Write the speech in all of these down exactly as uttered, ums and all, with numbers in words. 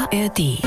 A R D.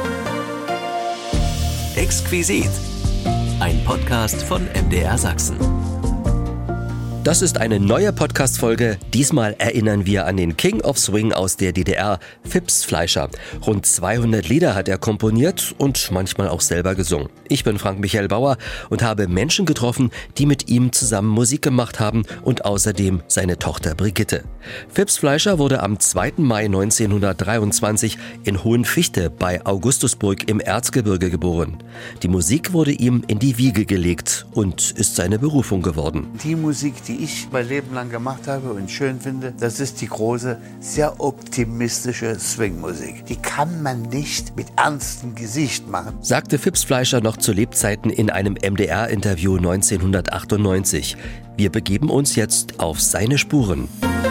Exquisit. Ein Podcast von M D R Sachsen. Das ist eine neue Podcast-Folge. Diesmal erinnern wir an den King of Swing aus der D D R, Phipps Fleischer. Rund zweihundert Lieder hat er komponiert und manchmal auch selber gesungen. Ich bin Frank-Michael Bauer und habe Menschen getroffen, die mit ihm zusammen Musik gemacht haben und außerdem seine Tochter Brigitte. Phipps Fleischer wurde am zweiten Mai neunzehnhundertdreiundzwanzig in Hohenfichte bei Augustusburg im Erzgebirge geboren. Die Musik wurde ihm in die Wiege gelegt und ist seine Berufung geworden. Die Musik, die ich mein Leben lang gemacht habe und schön finde, das ist die große, sehr optimistische Swingmusik. Die kann man nicht mit ernstem Gesicht machen, sagte Phipps Fleischer noch zu Lebzeiten in einem M D R-Interview neunzehnhundertachtundneunzig. Wir begeben uns jetzt auf seine Spuren.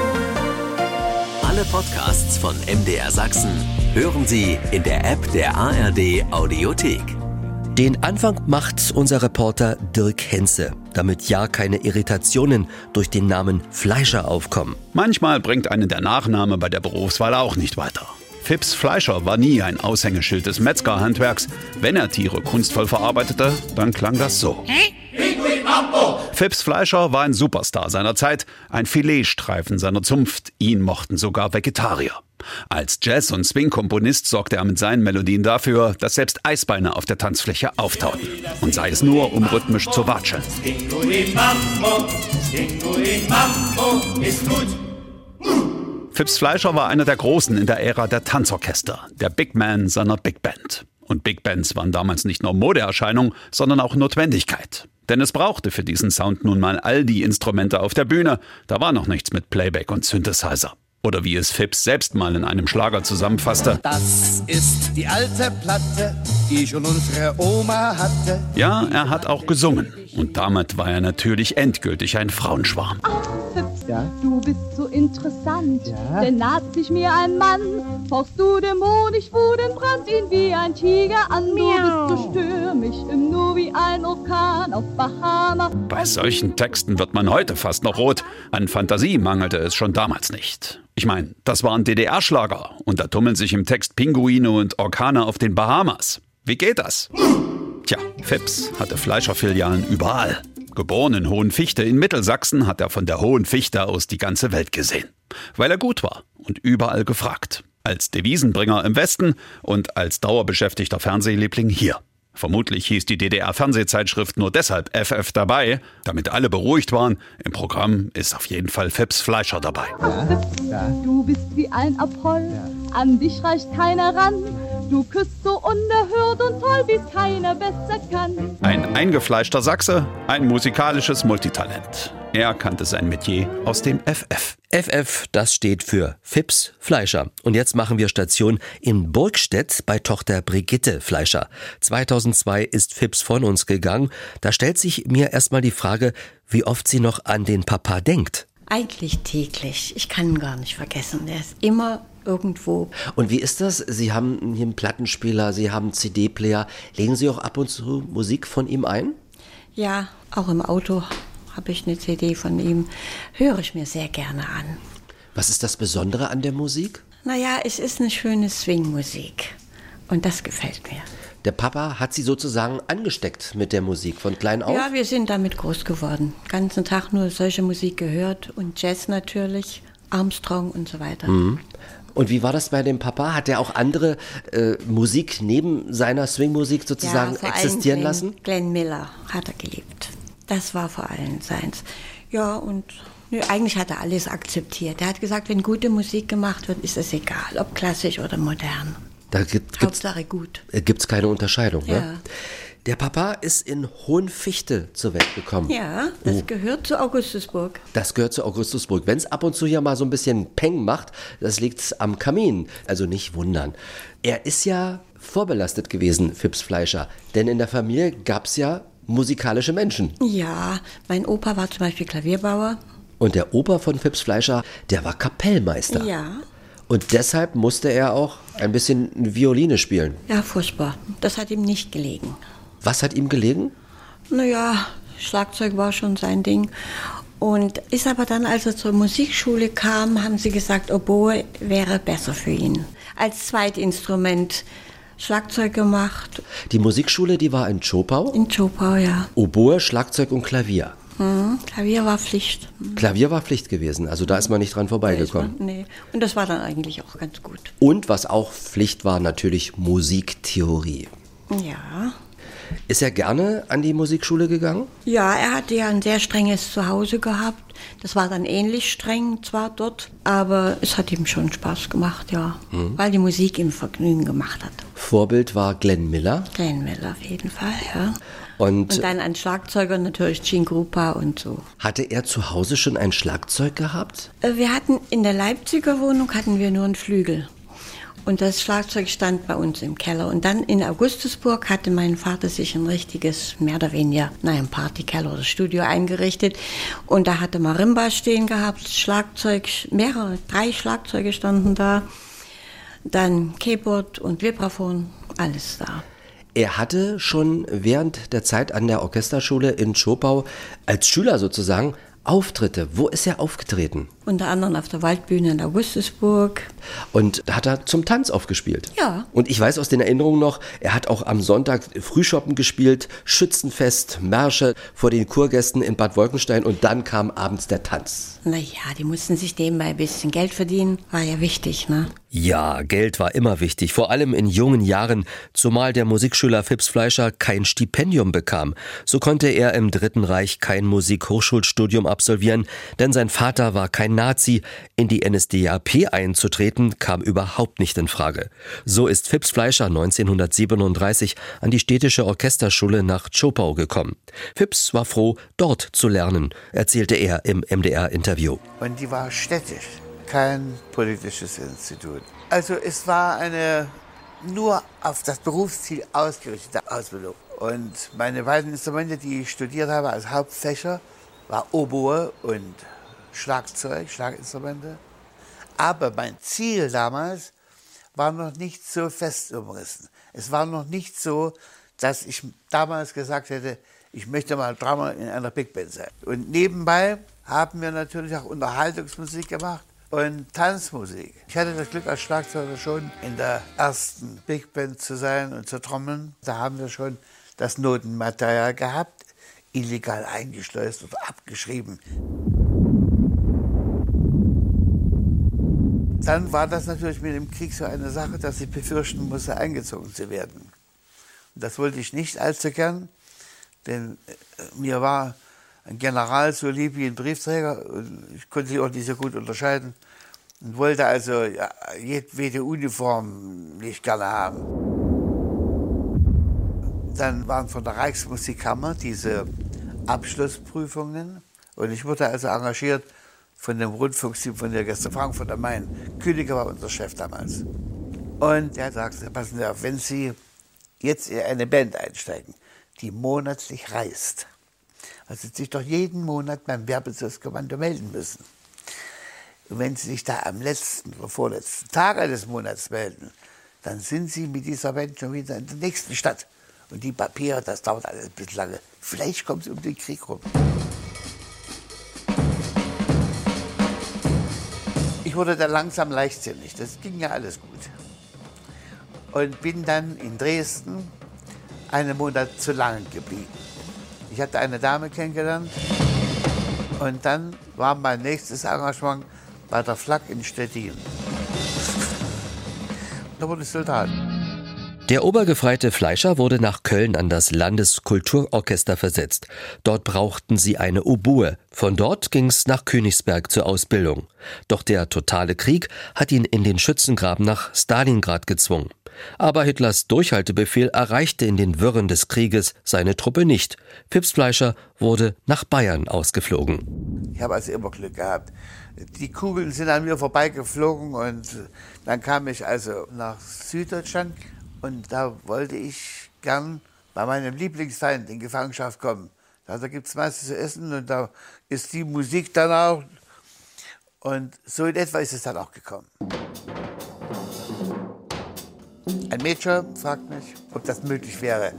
Alle Podcasts von M D R Sachsen hören Sie in der App der A R D Audiothek. Den Anfang macht unser Reporter Dirk Henze, damit ja keine Irritationen durch den Namen Fleischer aufkommen. Manchmal bringt einen der Nachname bei der Berufswahl auch nicht weiter. Phipps Fleischer war nie ein Aushängeschild des Metzgerhandwerks. Wenn er Tiere kunstvoll verarbeitete, dann klang das so. Phipps Fleischer war ein Superstar seiner Zeit, ein Filetstreifen seiner Zunft. Ihn mochten sogar Vegetarier. Als Jazz- und Swing-Komponist sorgte er mit seinen Melodien dafür, dass selbst Eisbeine auf der Tanzfläche auftauten. Und sei es nur, um rhythmisch zu watscheln. Phipps Fleischer war einer der Großen in der Ära der Tanzorchester, der Big Man seiner Big Band. Und Big Bands waren damals nicht nur Modeerscheinung, sondern auch Notwendigkeit. Denn es brauchte für diesen Sound nun mal all die Instrumente auf der Bühne. Da war noch nichts mit Playback und Synthesizer. Oder wie es Phipps selbst mal in einem Schlager zusammenfasste. Das ist die alte Platte, die schon unsere Oma hatte. Ja, er hat auch gesungen. Und damit war er natürlich endgültig ein Frauenschwarm. Ach, Phipps, Ja? du bist so interessant, Ja? denn naht sich mir ein Mann, forchst du dämonisch Wut, brannt ihn wie ein Tiger an. Du bist so stürmisch, im Nu wie ein Orkan auf Bahama. Bei solchen Texten wird man heute fast noch rot. An Fantasie mangelte es schon damals nicht. Ich meine, das waren D D R-Schlager und da tummeln sich im Text Pinguine und Orkane auf den Bahamas. Wie geht das? Tja, Phipps hatte Fleischerfilialen überall. Geboren in Hohenfichte in Mittelsachsen, hat er von der Hohenfichte aus die ganze Welt gesehen. Weil er gut war und überall gefragt. Als Devisenbringer im Westen und als dauerbeschäftigter Fernsehliebling hier. Vermutlich hieß die D D R-Fernsehzeitschrift nur deshalb F F dabei, damit alle beruhigt waren. Im Programm ist auf jeden Fall Phipps Fleischer dabei. Ach, Phipps, du bist wie ein Apoll, an dich reicht keiner ran. Du küsst so unerhört und toll, wie's keiner besser kann. Ein eingefleischter Sachse, ein musikalisches Multitalent. Er kannte sein Metier aus dem F F. F F, das steht für Phipps Fleischer. Und jetzt machen wir Station in Burgstedt bei Tochter Brigitte Fleischer. zweitausendzwei ist Phipps von uns gegangen. Da stellt sich mir erstmal die Frage, wie oft sie noch an den Papa denkt. Eigentlich täglich. Ich kann ihn gar nicht vergessen. Er ist immer irgendwo. Und wie ist das? Sie haben hier einen Plattenspieler, Sie haben einen C D-Player. Legen Sie auch ab und zu Musik von ihm ein? Ja, auch im Auto habe ich eine C D von ihm. Höre ich mir sehr gerne an. Was ist das Besondere an der Musik? Naja, es ist eine schöne Swing-Musik. Und das gefällt mir. Der Papa hat Sie sozusagen angesteckt mit der Musik von klein auf? Ja, wir sind damit groß geworden. Den ganzen Tag nur solche Musik gehört. Und Jazz natürlich, Armstrong und so weiter. Mhm. Und wie war das bei dem Papa? Hat er auch andere äh, Musik neben seiner Swing-Musik sozusagen ja, vor existieren allem lassen? Glenn Miller hat er geliebt. Das war vor allem seins. Ja, und nö, eigentlich hat er alles akzeptiert. Er hat gesagt, wenn gute Musik gemacht wird, ist es egal, ob klassisch oder modern. Da gibt, Hauptsache gut. Gibt es keine Unterscheidung, Ja. ne? Der Papa ist in Hohenfichte zur Welt gekommen. Ja, das Oh. gehört zu Augustusburg. Das gehört zu Augustusburg. Wenn es ab und zu hier mal so ein bisschen Peng macht, das liegt am Kamin. Also nicht wundern. Er ist ja vorbelastet gewesen, Phipps Fleischer. Denn in der Familie gab es ja musikalische Menschen. Ja, mein Opa war zum Beispiel Klavierbauer. Und der Opa von Phipps Fleischer, der war Kapellmeister. Ja. Und deshalb musste er auch ein bisschen Violine spielen. Ja, furchtbar. Das hat ihm nicht gelegen. Was hat ihm gelegen? Naja, Schlagzeug war schon sein Ding. Und ist aber dann, als er zur Musikschule kam, haben sie gesagt, Oboe wäre besser für ihn. Als Zweitinstrument Schlagzeug gemacht. Die Musikschule, die war in Zschopau? In Zschopau, ja. Oboe, Schlagzeug und Klavier. Mhm, Klavier war Pflicht. Mhm. Klavier war Pflicht gewesen, also da ist man nicht dran vorbeigekommen. Man, nee, und das war dann eigentlich auch ganz gut. Und was auch Pflicht war, natürlich Musiktheorie. Ja. Ist er gerne an die Musikschule gegangen? Ja, er hatte ja ein sehr strenges Zuhause gehabt. Das war dann ähnlich streng zwar dort, aber es hat ihm schon Spaß gemacht, ja. Mhm. Weil die Musik ihm Vergnügen gemacht hat. Vorbild war Glenn Miller? Glenn Miller auf jeden Fall, ja. Und, und dann ein Schlagzeuger natürlich, Gene Krupa und so. Hatte er zu Hause schon ein Schlagzeug gehabt? Wir hatten in der Leipziger Wohnung hatten wir nur einen Flügel. Und das Schlagzeug stand bei uns im Keller. Und dann in Augustusburg hatte mein Vater sich ein richtiges, mehr oder weniger, naja, ein Partykeller oder Studio eingerichtet. Und da hatte Marimba stehen gehabt, Schlagzeug, mehrere, drei Schlagzeuge standen da. Dann Keyboard und Vibraphon, alles da. Er hatte schon während der Zeit an der Orchesterschule in Zschopau als Schüler sozusagen Auftritte. Wo ist er aufgetreten? Unter anderem auf der Waldbühne in Augustusburg. Und hat er zum Tanz aufgespielt? Ja. Und ich weiß aus den Erinnerungen noch, er hat auch am Sonntag Frühschoppen gespielt, Schützenfest, Märsche vor den Kurgästen in Bad Wolkenstein und dann kam abends der Tanz. Naja, die mussten sich nebenbei ein bisschen Geld verdienen. War ja wichtig, ne? Ja, Geld war immer wichtig, vor allem in jungen Jahren, zumal der Musikschüler Fips Fleischer kein Stipendium bekam. So konnte er im Dritten Reich kein Musikhochschulstudium absolvieren, denn sein Vater war kein Nazi. In die N S D A P einzutreten, kam überhaupt nicht in Frage. So ist Fips Fleischer neunzehnhundertsiebenunddreißig an die städtische Orchesterschule nach Zschopau gekommen. Fips war froh, dort zu lernen, erzählte er im M D R-Interview. Und die war städtisch, kein politisches Institut. Also es war eine nur auf das Berufsziel ausgerichtete Ausbildung. Und meine beiden Instrumente, die ich studiert habe als Hauptfächer, war Oboe und Schlagzeug, Schlaginstrumente. Aber mein Ziel damals war noch nicht so fest umrissen. Es war noch nicht so, dass ich damals gesagt hätte, ich möchte mal Drummer in einer Big Band sein. Und nebenbei haben wir natürlich auch Unterhaltungsmusik gemacht und Tanzmusik. Ich hatte das Glück als Schlagzeuger schon in der ersten Big Band zu sein und zu trommeln. Da haben wir schon das Notenmaterial gehabt, illegal eingeschleust oder abgeschrieben. Dann war das natürlich mit dem Krieg so eine Sache, dass ich befürchten musste, eingezogen zu werden. Und das wollte ich nicht allzu gern, denn mir war ein General so lieb wie ein Briefträger und ich konnte sie auch nicht so gut unterscheiden und wollte also ja, jedwede Uniform nicht gerne haben. Dann waren von der Reichsmusikkammer diese Abschlussprüfungen und ich wurde also engagiert von dem Rundfunksymphonieorchester Frankfurt am Main. Küniger war unser Chef damals. Und er sagte, passen Sie auf, wenn Sie jetzt in eine Band einsteigen, die monatlich reist, also sich doch jeden Monat beim Werbedienstkommando melden müssen. Und wenn Sie sich da am letzten oder vorletzten Tag eines Monats melden, dann sind Sie mit dieser Band schon wieder in der nächsten Stadt. Und die Papiere, das dauert alles ein bisschen lange. Vielleicht kommt es um den Krieg rum. Ich wurde dann langsam leichtsinnig, das ging ja alles gut. Und bin dann in Dresden einen Monat zu lang geblieben. Ich hatte eine Dame kennengelernt und dann war mein nächstes Engagement bei der Flak in Stettin. Da wurde ich Soldat. Der obergefreite Fleischer wurde nach Köln an das Landeskulturorchester versetzt. Dort brauchten sie eine Oboe. Von dort ging's nach Königsberg zur Ausbildung. Doch der totale Krieg hat ihn in den Schützengraben nach Stalingrad gezwungen. Aber Hitlers Durchhaltebefehl erreichte in den Wirren des Krieges seine Truppe nicht. Fips Fleischer wurde nach Bayern ausgeflogen. Ich habe also immer Glück gehabt. Die Kugeln sind an mir vorbeigeflogen und dann kam ich also nach Süddeutschland. Und da wollte ich gern bei meinem Lieblingsfeind in Gefangenschaft kommen. Da gibt es meistens zu essen und da ist die Musik dann auch. Und so in etwa ist es dann auch gekommen. Ein Mädchen fragt mich, ob das möglich wäre,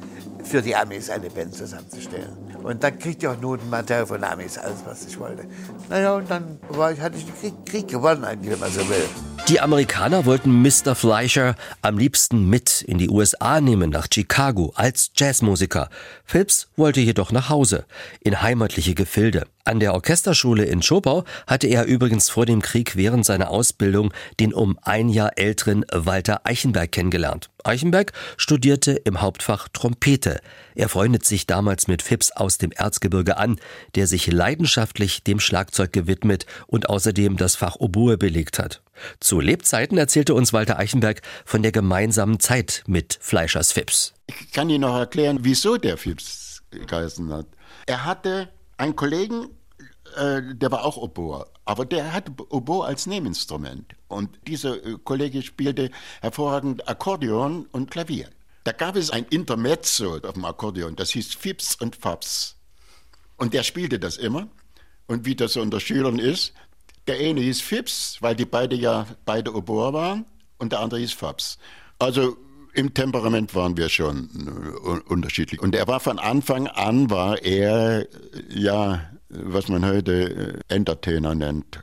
für die Amis eine Band zusammenzustellen. Und dann kriegte ich auch Notenmaterial von Amis, alles, was ich wollte. Naja, und dann war ich, hatte ich den Krieg, Krieg gewonnen, eigentlich, wenn man so will. Die Amerikaner wollten Mister Fleischer am liebsten mit in die U S A nehmen, nach Chicago, als Jazzmusiker. Phipps wollte jedoch nach Hause, in heimatliche Gefilde. An der Orchesterschule in Schopau hatte er übrigens vor dem Krieg während seiner Ausbildung den um ein Jahr älteren Walter Eichenberg kennengelernt. Eichenberg studierte im Hauptfach Trompete. Er freundet sich damals mit Phipps aus dem Erzgebirge an, der sich leidenschaftlich dem Schlagzeug gewidmet und außerdem das Fach Oboe belegt hat. Zu Lebzeiten erzählte uns Walter Eichenberg von der gemeinsamen Zeit mit Fleischers Phipps. Ich kann Ihnen noch erklären, wieso der Phipps geheißen hat. Er hatte einen Kollegen, äh, der war auch Oboe, aber der hatte Oboe als Nebeninstrument. Und dieser äh, Kollege spielte hervorragend Akkordeon und Klavier. Da gab es ein Intermezzo auf dem Akkordeon, das hieß Phipps und Fabs. Und der spielte das immer. Und wie das so unter Schülern ist, der eine hieß Phipps, weil die beide ja beide Oboe waren, und der andere hieß Fabs. Also im Temperament waren wir schon uh, unterschiedlich. Und er war von Anfang an, war er, ja, was man heute äh, Entertainer nennt.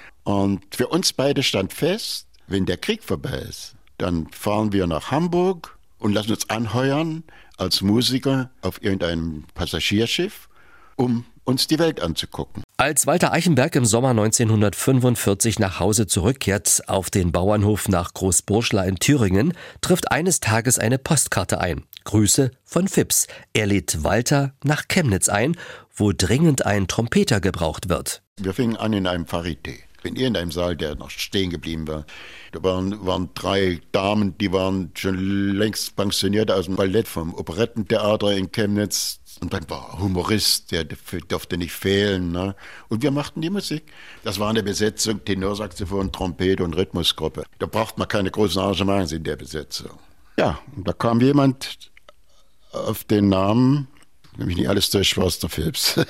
Und für uns beide stand fest, wenn der Krieg vorbei ist, dann fahren wir nach Hamburg und lassen uns anheuern als Musiker auf irgendeinem Passagierschiff, um uns die Welt anzugucken. Als Walter Eichenberg im Sommer neunzehnhundertfünfundvierzig nach Hause zurückkehrt, auf den Bauernhof nach Großburschla in Thüringen, trifft eines Tages eine Postkarte ein. Grüße von Phipps. Er lädt Walter nach Chemnitz ein, wo dringend ein Trompeter gebraucht wird. Wir fingen an in einem Varieté. In irgendeinem Saal, der noch stehen geblieben war. Da waren, waren drei Damen, die waren schon längst pensioniert aus dem Ballett vom Operettentheater in Chemnitz. Und dann war Humorist, der durfte nicht fehlen. Ne? Und wir machten die Musik. Das war eine Besetzung, Tenorsaxophon, Trompete und Rhythmusgruppe. Da braucht man keine großen Arrangements in der Besetzung. Ja, und da kam jemand auf den Namen, nämlich nicht alles durch Schwarzer Phipps,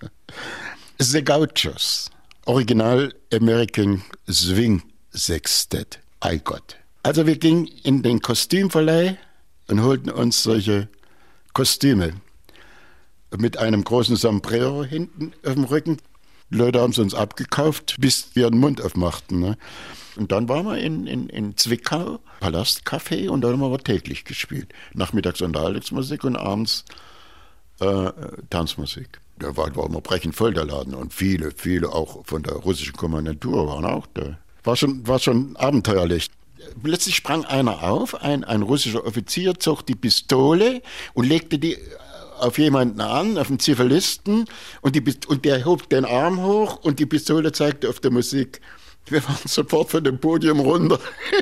The Gauchos. Original American Swing Sextet. Ei Gott. Also wir gingen in den Kostümverleih und holten uns solche Kostüme mit einem großen Sombrero hinten auf dem Rücken. Die Leute haben es uns abgekauft, bis wir den Mund aufmachten. Ne? Und dann waren wir in, in, in Zwickau, Palastcafé, und da haben wir täglich gespielt. Nachmittags Unterhaltungsmusik und abends äh, Tanzmusik. Da war, war immer brechend voll der Laden, und viele, viele auch von der russischen Kommandantur waren auch da. War schon, war schon abenteuerlich. Plötzlich sprang einer auf, ein, ein russischer Offizier, zog die Pistole und legte die auf jemanden an, auf einen Zivilisten, und, die, und der hob den Arm hoch und die Pistole zeigte auf der Musik. Wir waren sofort von dem Podium runter.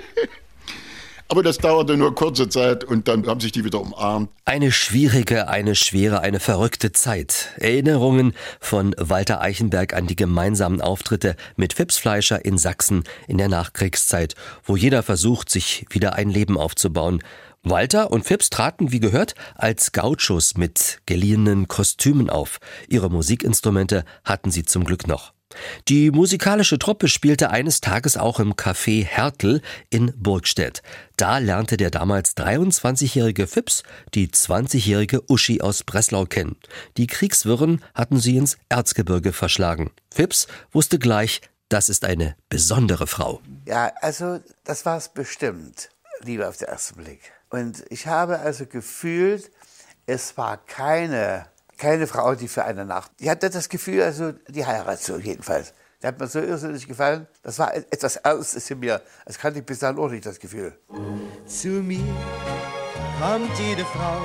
Aber das dauerte nur kurze Zeit und dann haben sich die wieder umarmt. Eine schwierige, eine schwere, eine verrückte Zeit. Erinnerungen von Walter Eichenberg an die gemeinsamen Auftritte mit Phipps Fleischer in Sachsen in der Nachkriegszeit, wo jeder versucht, sich wieder ein Leben aufzubauen. Walter und Phipps traten, wie gehört, als Gauchos mit geliehenen Kostümen auf. Ihre Musikinstrumente hatten sie zum Glück noch. Die musikalische Truppe spielte eines Tages auch im Café Hertel in Burgstedt. Da lernte der damals dreiundzwanzigjährige Phipps die zwanzigjährige Uschi aus Breslau kennen. Die Kriegswirren hatten sie ins Erzgebirge verschlagen. Phipps wusste gleich, das ist eine besondere Frau. Ja, also das war es bestimmt, Liebe auf den ersten Blick. Und ich habe also gefühlt, es war keine... Keine Frau, die für eine Nacht. Die hatte das Gefühl, also die heiratet so jedenfalls. Die hat mir so irrsinnig gefallen. Das war etwas Ernstes in mir. Das kannte ich bis dahin auch nicht, das Gefühl. Zu mir kommt jede Frau,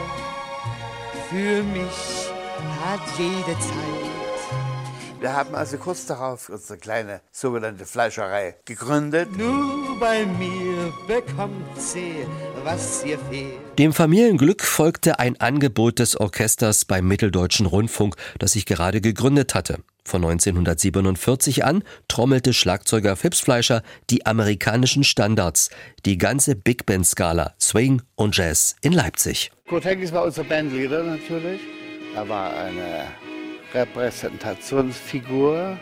für mich hat jede Zeit. Wir haben also kurz darauf unsere kleine sogenannte Fleischerei gegründet. Nur bei mir bekommt sie, was ihr fehlt. Dem Familienglück folgte ein Angebot des Orchesters beim Mitteldeutschen Rundfunk, das sich gerade gegründet hatte. Von neunzehnhundertsiebenundvierzig an trommelte Schlagzeuger Phipps Fleischer die amerikanischen Standards, die ganze Big Band Skala, Swing und Jazz in Leipzig. Kurt Henkes war unser Bandleader natürlich. Er war eine Repräsentationsfigur.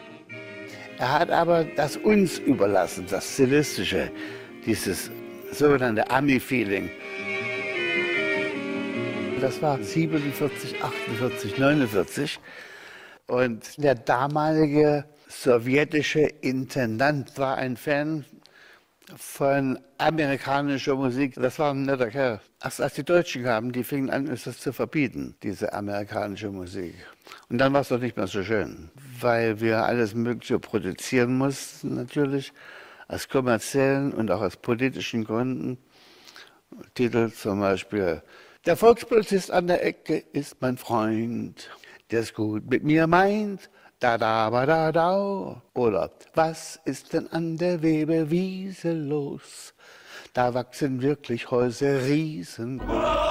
Er hat aber das uns überlassen, das Stilistische, dieses sogenannte Ami-Feeling. das war siebenundvierzig, achtundvierzig, neunundvierzig. Und der damalige sowjetische Intendant war ein Fan von amerikanischer Musik. Das war ein netter Kerl. Erst als die Deutschen kamen, die fingen an, uns das zu verbieten, diese amerikanische Musik. Und dann war es doch nicht mehr so schön, weil wir alles Mögliche produzieren mussten, natürlich, aus kommerziellen und auch aus politischen Gründen. Titel zum Beispiel: Der Volkspolizist an der Ecke ist mein Freund, der es gut mit mir meint. Da da ba da da. Oder was ist denn an der Webewiese los? Da wachsen wirklich Häuser riesengroß.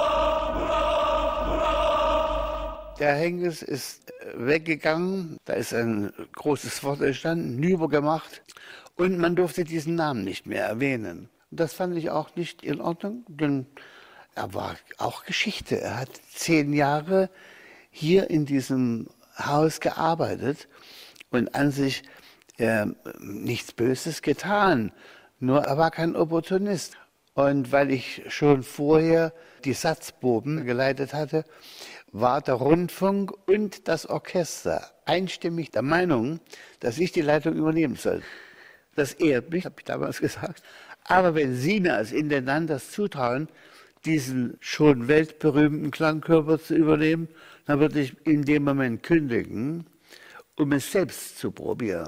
Der Henges ist weggegangen, da ist ein großes Wort entstanden, Nüber gemacht, und man durfte diesen Namen nicht mehr erwähnen. Das fand ich auch nicht in Ordnung, denn er war auch Geschichte. Er hat zehn Jahre hier in diesem Haus gearbeitet und an sich äh, nichts Böses getan. Nur er war kein Opportunist. Und weil ich schon vorher die Satzproben geleitet hatte, war der Rundfunk und das Orchester einstimmig der Meinung, dass ich die Leitung übernehmen soll. Das ehrt mich, habe ich damals gesagt. Aber wenn Sie mir als Intendant das zutrauen, diesen schon weltberühmten Klangkörper zu übernehmen, dann würde ich in dem Moment kündigen, um es selbst zu probieren.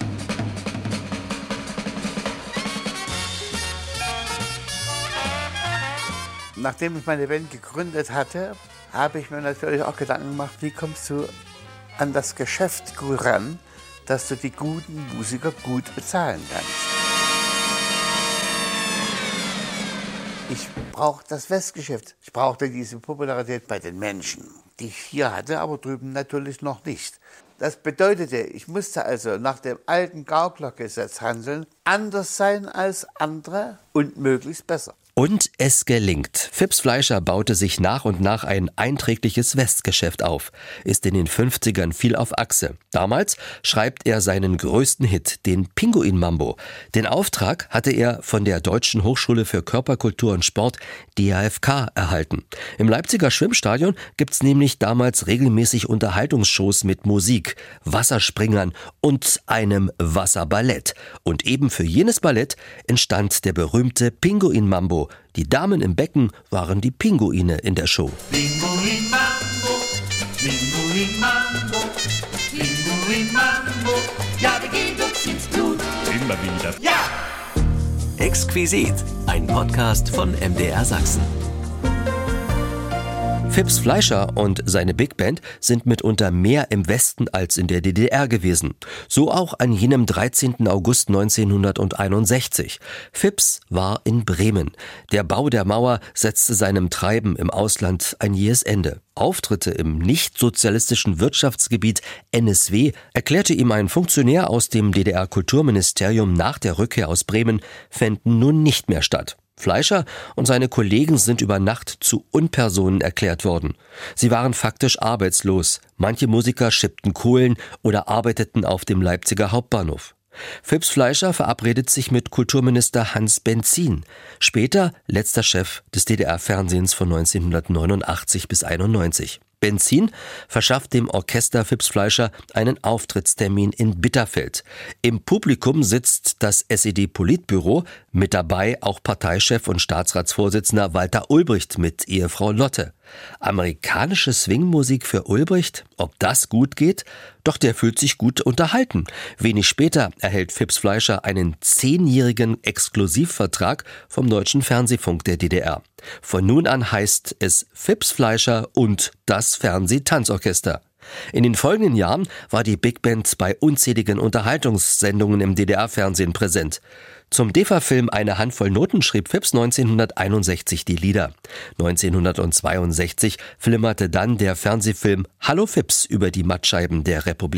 Nachdem ich meine Band gegründet hatte, habe ich mir natürlich auch Gedanken gemacht, wie kommst du an das Geschäft gut ran, dass du die guten Musiker gut bezahlen kannst. Ich brauche das Westgeschäft. Ich brauchte diese Popularität bei den Menschen, die ich hier hatte, aber drüben natürlich noch nicht. Das bedeutete, ich musste also nach dem alten Gauklergesetz handeln, anders sein als andere und möglichst besser. Und es gelingt. Fips Fleischer baute sich nach und nach ein einträgliches Westgeschäft auf, ist in den fünfzigern viel auf Achse. Damals schreibt er seinen größten Hit, den Pinguin-Mambo. Den Auftrag hatte er von der Deutschen Hochschule für Körperkultur und Sport, D H F K, erhalten. Im Leipziger Schwimmstadion gibt's nämlich damals regelmäßig Unterhaltungsshows mit Musik, Wasserspringern und einem Wasserballett. Und eben für jenes Ballett entstand der berühmte Pinguin-Mambo. Die Damen im Becken waren die Pinguine in der Show. Pinguin Mambo, Pinguin Mambo, Pinguin Mambo, ja, wir gehen uns ins Blut. Immer wieder. Ja! Exquisit, ein Podcast von M D R Sachsen. Fips Fleischer und seine Big Band sind mitunter mehr im Westen als in der D D R gewesen. So auch an jenem dreizehnten August neunzehnhunderteinundsechzig. Fips war in Bremen. Der Bau der Mauer setzte seinem Treiben im Ausland ein jähes Ende. Auftritte im nicht-sozialistischen Wirtschaftsgebiet N S W erklärte ihm ein Funktionär aus dem D D R-Kulturministerium nach der Rückkehr aus Bremen, fänden nun nicht mehr statt. Fleischer und seine Kollegen sind über Nacht zu Unpersonen erklärt worden. Sie waren faktisch arbeitslos. Manche Musiker schippten Kohlen oder arbeiteten auf dem Leipziger Hauptbahnhof. Fips Fleischer verabredet sich mit Kulturminister Hans Benzin, später letzter Chef des D D R-Fernsehens von neunzehnhundertneunundachtzig bis einundneunzig. Benzin verschafft dem Orchester Fips Fleischer einen Auftrittstermin in Bitterfeld. Im Publikum sitzt das S E D-Politbüro, mit dabei auch Parteichef und Staatsratsvorsitzender Walter Ulbricht mit Ehefrau Lotte. Amerikanische Swingmusik für Ulbricht? Ob das gut geht? Doch der fühlt sich gut unterhalten. Wenig später erhält Fips Fleischer einen zehnjährigen Exklusivvertrag vom Deutschen Fernsehfunk der D D R. Von nun an heißt es Fips Fleischer und das Fernsehtanzorchester. In den folgenden Jahren war die Big Band bei unzähligen Unterhaltungssendungen im D D R-Fernsehen präsent. Zum D E F A-Film Eine Handvoll Noten schrieb Fips neunzehnhunderteinundsechzig die Lieder. neunzehnhundertzweiundsechzig flimmerte dann der Fernsehfilm Hallo Fips über die Mattscheiben der Republik.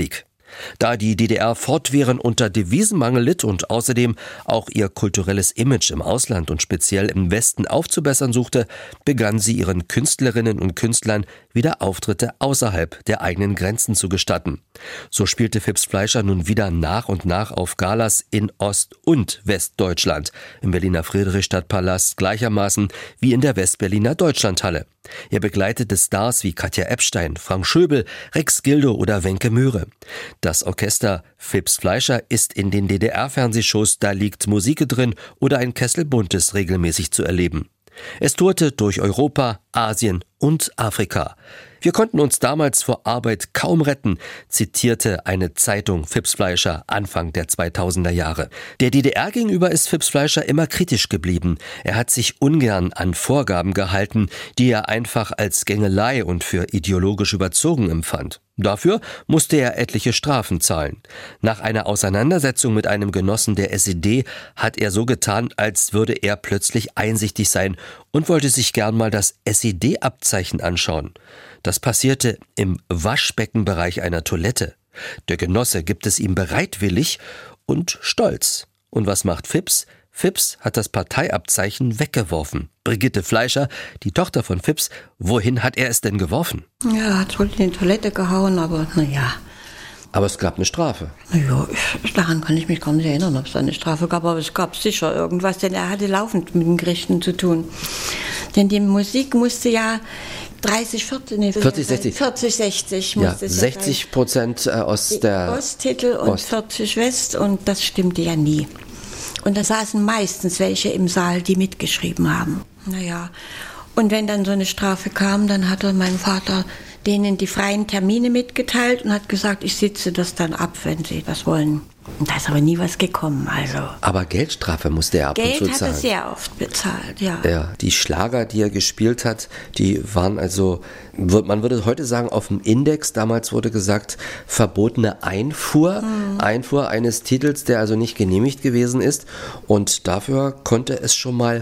Da die D D R fortwährend unter Devisenmangel litt und außerdem auch ihr kulturelles Image im Ausland und speziell im Westen aufzubessern suchte, begann sie ihren Künstlerinnen und Künstlern wieder Auftritte außerhalb der eigenen Grenzen zu gestatten. So spielte Phipps Fleischer nun wieder nach und nach auf Galas in Ost- und Westdeutschland, im Berliner Friedrichstadtpalast gleichermaßen wie in der Westberliner Deutschlandhalle. Er begleitete Stars wie Katja Epstein, Frank Schöbel, Rex Gildo oder Wenke Möhre. Das Orchester Phipps Fleischer ist in den D D R-Fernsehshows Da liegt Musik drin oder ein Kessel Buntes regelmäßig zu erleben. Es tourte durch Europa, Asien und Afrika. Wir konnten uns damals vor Arbeit kaum retten, zitierte eine Zeitung Phipps Fleischer Anfang der zweitausender Jahre. Der D D R gegenüber ist Phipps Fleischer immer kritisch geblieben. Er hat sich ungern an Vorgaben gehalten, die er einfach als Gängelei und für ideologisch überzogen empfand. Dafür musste er etliche Strafen zahlen. Nach einer Auseinandersetzung mit einem Genossen der S E D hat er so getan, als würde er plötzlich einsichtig sein und wollte sich gern mal das S E D-Abzeichen anschauen. Das passierte im Waschbeckenbereich einer Toilette. Der Genosse gibt es ihm bereitwillig und stolz. Und was macht Phipps? Phipps hat das Parteiabzeichen weggeworfen. Brigitte Fleischer, die Tochter von Phipps, wohin hat er es denn geworfen? Ja, hat wohl in die Toilette gehauen, aber naja. Aber es gab eine Strafe. Naja, daran kann ich mich gar nicht erinnern, ob es eine Strafe gab, aber es gab sicher irgendwas, denn er hatte laufend mit den Gerichten zu tun. Denn die Musik musste ja dreißig, vierzig, nee, vierzig, sechzig. vierzig, sechzig Ja, musste es sechzig Prozent aus der Osttitel und Ost. vierzig West und das stimmte ja nie. Und da saßen meistens welche im Saal, die mitgeschrieben haben. Naja, und wenn dann so eine Strafe kam, dann hatte mein Vater denen die freien Termine mitgeteilt und hat gesagt, ich sitze das dann ab, wenn sie das wollen. Und da ist aber nie was gekommen, also. Aber Geldstrafe musste er ab Geld und zu hat zahlen. er sehr oft bezahlt, ja. Ja, die Schlager, die er gespielt hat, die waren also, man würde heute sagen, auf dem Index, damals wurde gesagt, verbotene Einfuhr, mhm. Einfuhr eines Titels, der also nicht genehmigt gewesen ist. Und dafür konnte es schon mal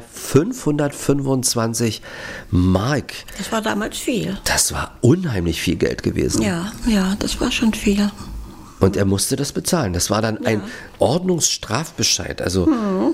fünfhundertfünfundzwanzig Mark. Das war damals viel. Das war unheimlich viel Geld gewesen. Ja, ja, das war schon viel. Und er musste das bezahlen. Das war dann ja. ein Ordnungsstrafbescheid. Also hm.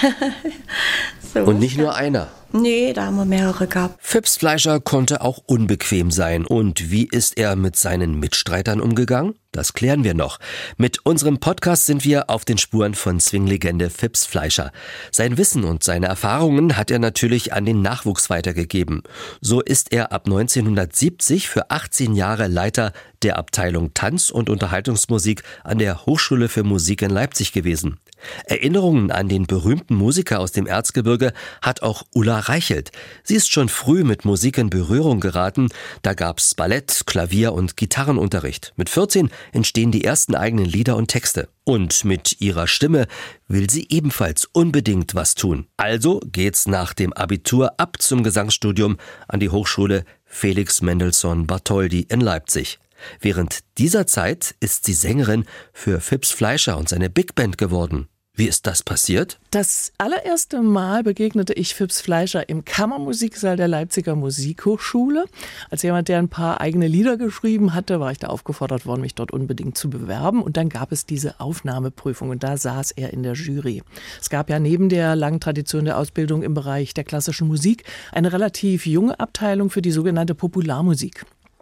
so und nicht nur einer. Nee, da haben wir mehrere gehabt. Phipps Fleischer konnte auch unbequem sein. Und wie ist er mit seinen Mitstreitern umgegangen? Das klären wir noch. Mit unserem Podcast sind wir auf den Spuren von Swing-Legende Phipps Fleischer. Sein Wissen und seine Erfahrungen hat er natürlich an den Nachwuchs weitergegeben. So ist er ab neunzehnhundertsiebzig für achtzehn Jahre Leiter der Abteilung Tanz- und Unterhaltungsmusik an der Hochschule für Musik in Leipzig gewesen. Erinnerungen an den berühmten Musiker aus dem Erzgebirge hat auch Ulla Reichelt. Sie ist schon früh mit Musik in Berührung geraten. Da gab's Ballett, Klavier und Gitarrenunterricht. Mit vierzehn entstehen die ersten eigenen Lieder und Texte. Und mit ihrer Stimme will sie ebenfalls unbedingt was tun. Also geht's nach dem Abitur ab zum Gesangsstudium an die Hochschule Felix Mendelssohn Bartholdy in Leipzig. Während dieser Zeit ist sie Sängerin für Phipps Fleischer und seine Big Band geworden. Wie ist das passiert? Das allererste Mal begegnete ich Phipps Fleischer im Kammermusiksaal der Leipziger Musikhochschule. Als jemand, der ein paar eigene Lieder geschrieben hatte, war ich da aufgefordert worden, mich dort unbedingt zu bewerben. Und dann gab es diese Aufnahmeprüfung und da saß er in der Jury. Es gab ja neben der langen Tradition der Ausbildung im Bereich der klassischen Musik eine relativ junge Abteilung für die sogenannte Popularmusik.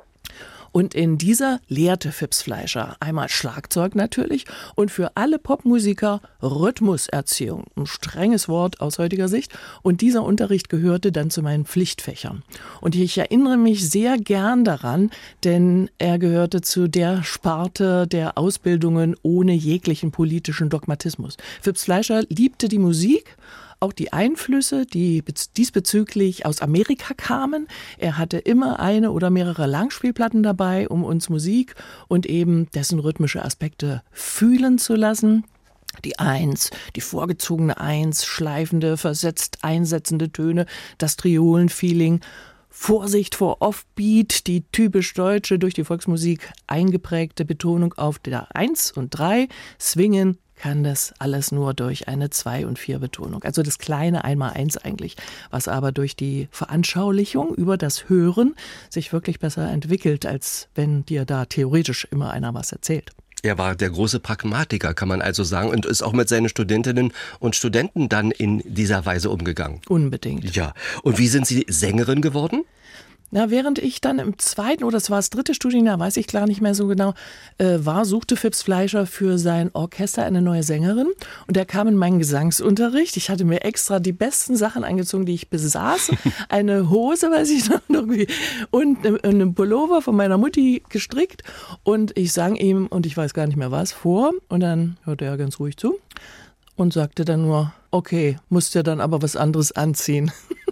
Und in dieser lehrte Phipps Fleischer einmal Schlagzeug natürlich und für alle Popmusiker Rhythmuserziehung. Ein strenges Wort aus heutiger Sicht. Und dieser Unterricht gehörte dann zu meinen Pflichtfächern. Und ich erinnere mich sehr gern daran, denn er gehörte zu der Sparte der Ausbildungen ohne jeglichen politischen Dogmatismus. Phipps Fleischer liebte die Musik, auch die Einflüsse, die diesbezüglich aus Amerika kamen. Er hatte immer eine oder mehrere Langspielplatten dabei, um uns Musik und eben dessen rhythmische Aspekte fühlen zu lassen. Die Eins, die vorgezogene Eins, schleifende, versetzt einsetzende Töne, das Triolen-Feeling. Vorsicht vor Offbeat, die typisch deutsche, durch die Volksmusik eingeprägte Betonung auf der Eins und Drei, Swingen, kann das alles nur durch eine zwei und vier Betonung. Also das kleine Einmal-Eins eigentlich, was aber durch die Veranschaulichung über das Hören sich wirklich besser entwickelt, als wenn dir da theoretisch immer einer was erzählt. Er war der große Pragmatiker, kann man also sagen, und ist auch mit seinen Studentinnen und Studenten dann in dieser Weise umgegangen. Unbedingt. Ja. Und wie sind Sie Sängerin geworden? Na, während ich dann im zweiten oder es war das dritte Studienjahr, weiß ich gar nicht mehr so genau, äh, war, suchte Phipps Fleischer für sein Orchester eine neue Sängerin und er kam in meinen Gesangsunterricht. Ich hatte mir extra die besten Sachen angezogen, die ich besaß. Eine Hose, weiß ich noch, irgendwie, und einen Pullover von meiner Mutti gestrickt und ich sang ihm, und ich weiß gar nicht mehr was, vor und dann hörte er ganz ruhig zu und sagte dann nur, okay, musst ja dann aber was anderes anziehen.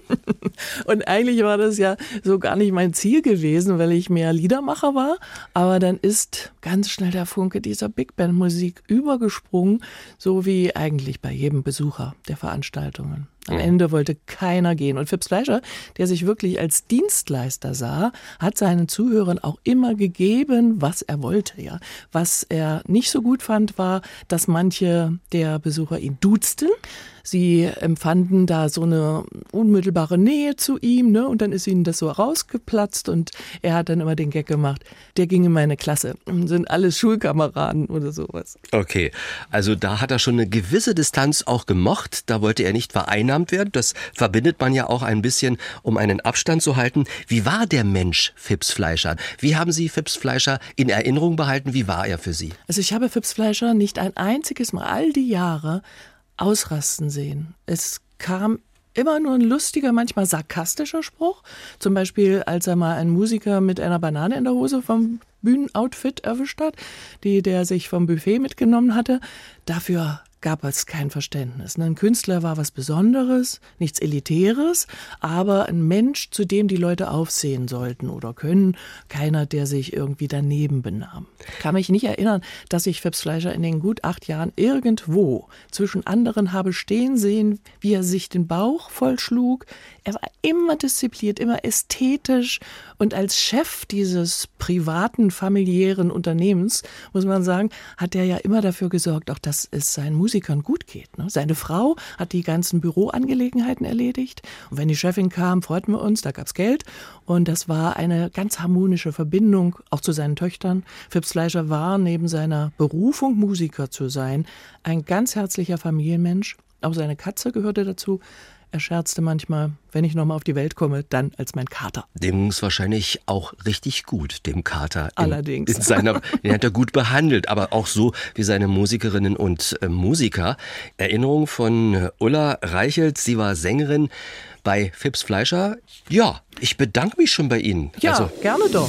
Und eigentlich war das ja so gar nicht mein Ziel gewesen, weil ich mehr Liedermacher war. Aber dann ist ganz schnell der Funke dieser Big Band Musik übergesprungen, so wie eigentlich bei jedem Besucher der Veranstaltungen. Am Ende wollte keiner gehen. Und Phipps Fleischer, der sich wirklich als Dienstleister sah, hat seinen Zuhörern auch immer gegeben, was er wollte. Ja, was er nicht so gut fand, war, dass manche der Besucher ihn duzten. Sie empfanden da so eine unmittelbare Nähe zu ihm, ne? Und dann ist ihnen das so rausgeplatzt und er hat dann immer den Gag gemacht, der ging in meine Klasse. Sind alles Schulkameraden oder sowas. Okay, also da hat er schon eine gewisse Distanz auch gemocht. Da wollte er nicht vereinnahmt werden. Das verbindet man ja auch ein bisschen, um einen Abstand zu halten. Wie war der Mensch Phipps Fleischer? Wie haben Sie Phipps Fleischer in Erinnerung behalten? Wie war er für Sie? Also ich habe Phipps Fleischer nicht ein einziges Mal all die Jahre ausrasten sehen. Es kam immer nur ein lustiger, manchmal sarkastischer Spruch. Zum Beispiel, als er mal einen Musiker mit einer Banane in der Hose vom Bühnenoutfit erwischt hat, die der sich vom Buffet mitgenommen hatte. Dafür gab es kein Verständnis. Ein Künstler war was Besonderes, nichts Elitäres, aber ein Mensch, zu dem die Leute aufsehen sollten oder können. Keiner, der sich irgendwie daneben benahm. Kann mich nicht erinnern, dass ich Phipps Fleischer in den gut acht Jahren irgendwo zwischen anderen habe stehen sehen, wie er sich den Bauch vollschlug. Er war immer diszipliniert, immer ästhetisch und als Chef dieses privaten, familiären Unternehmens, muss man sagen, hat er ja immer dafür gesorgt, auch dass es seinen Musikern gut geht. Ne? Seine Frau hat die ganzen Büroangelegenheiten erledigt und wenn die Chefin kam, freuten wir uns, da gab's Geld und das war eine ganz harmonische Verbindung, auch zu seinen Töchtern. Phipps Fleischer war neben seiner Berufung, Musiker zu sein, ein ganz herzlicher Familienmensch. Auch seine Katze gehörte dazu. Er scherzte manchmal, wenn ich nochmal auf die Welt komme, dann als mein Kater. Dem ging es wahrscheinlich auch richtig gut, dem Kater. In, Allerdings. In seiner, den hat er gut behandelt, aber auch so wie seine Musikerinnen und äh, Musiker. Erinnerung von Ulla Reichelt, sie war Sängerin bei Phipps Fleischer. Ja, ich bedanke mich schon bei Ihnen. Ja, also, gerne doch.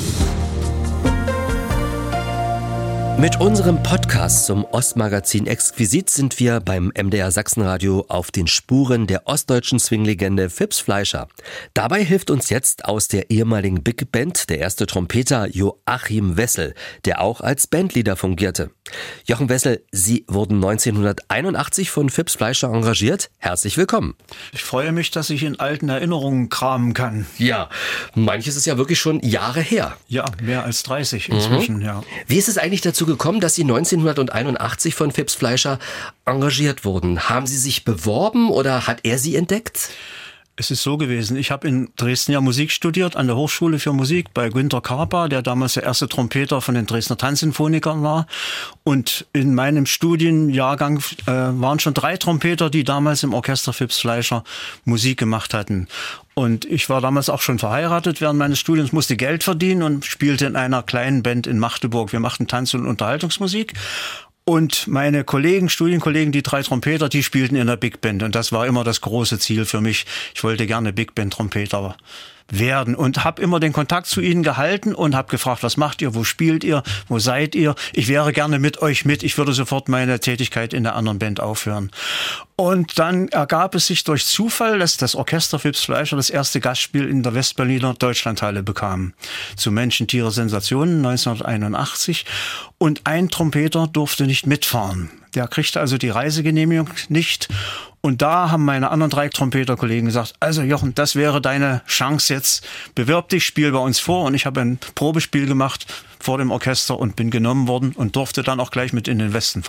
Mit unserem Podcast zum Ostmagazin Exquisit sind wir beim M D R Sachsenradio auf den Spuren der ostdeutschen Swing-Legende Phipps Fleischer. Dabei hilft uns jetzt aus der ehemaligen Big Band der erste Trompeter Joachim Wessel, der auch als Bandleader fungierte. Jochen Wessel, Sie wurden neunzehnhunderteinundachtzig von Phipps Fleischer engagiert. Herzlich willkommen. Ich freue mich, dass ich in alten Erinnerungen kramen kann. Ja, manches ist ja wirklich schon Jahre her. Ja, mehr als dreißig inzwischen, mhm. ja. Wie ist es eigentlich dazu gekommen, dass Sie neunzehnhunderteinundachtzig von Phipps Fleischer engagiert wurden? Haben Sie sich beworben oder hat er Sie entdeckt? Es ist so gewesen, ich habe in Dresden ja Musik studiert, an der Hochschule für Musik bei Günter Karpa, der damals der erste Trompeter von den Dresdner Tanzsinfonikern war. Und in meinem Studienjahrgang äh, waren schon drei Trompeter, die damals im Orchester Phipps Fleischer Musik gemacht hatten. Und ich war damals auch schon verheiratet während meines Studiums, musste Geld verdienen und spielte in einer kleinen Band in Magdeburg. Wir machten Tanz- und Unterhaltungsmusik. Und meine Kollegen, Studienkollegen, die drei Trompeter, die spielten in der Big Band. Und das war immer das große Ziel für mich. Ich wollte gerne Big Band Trompeter werden und habe immer den Kontakt zu ihnen gehalten und habe gefragt, was macht ihr, wo spielt ihr, wo seid ihr? Ich wäre gerne mit euch mit. Ich würde sofort meine Tätigkeit in der anderen Band aufhören. Und dann ergab es sich durch Zufall, dass das Orchester Phipps Fleischer das erste Gastspiel in der Westberliner Deutschlandhalle bekam. Zu Menschen, Tiere, Sensationen neunzehnhunderteinundachtzig. Und ein Trompeter durfte nicht mitfahren. Der kriegte also die Reisegenehmigung nicht. Und da haben meine anderen drei Trompeterkollegen gesagt, also Jochen, das wäre deine Chance jetzt. Bewirb dich, spiel bei uns vor. Und ich habe ein Probespiel gemacht vor dem Orchester und bin genommen worden und durfte dann auch gleich mit in den Westen fahren.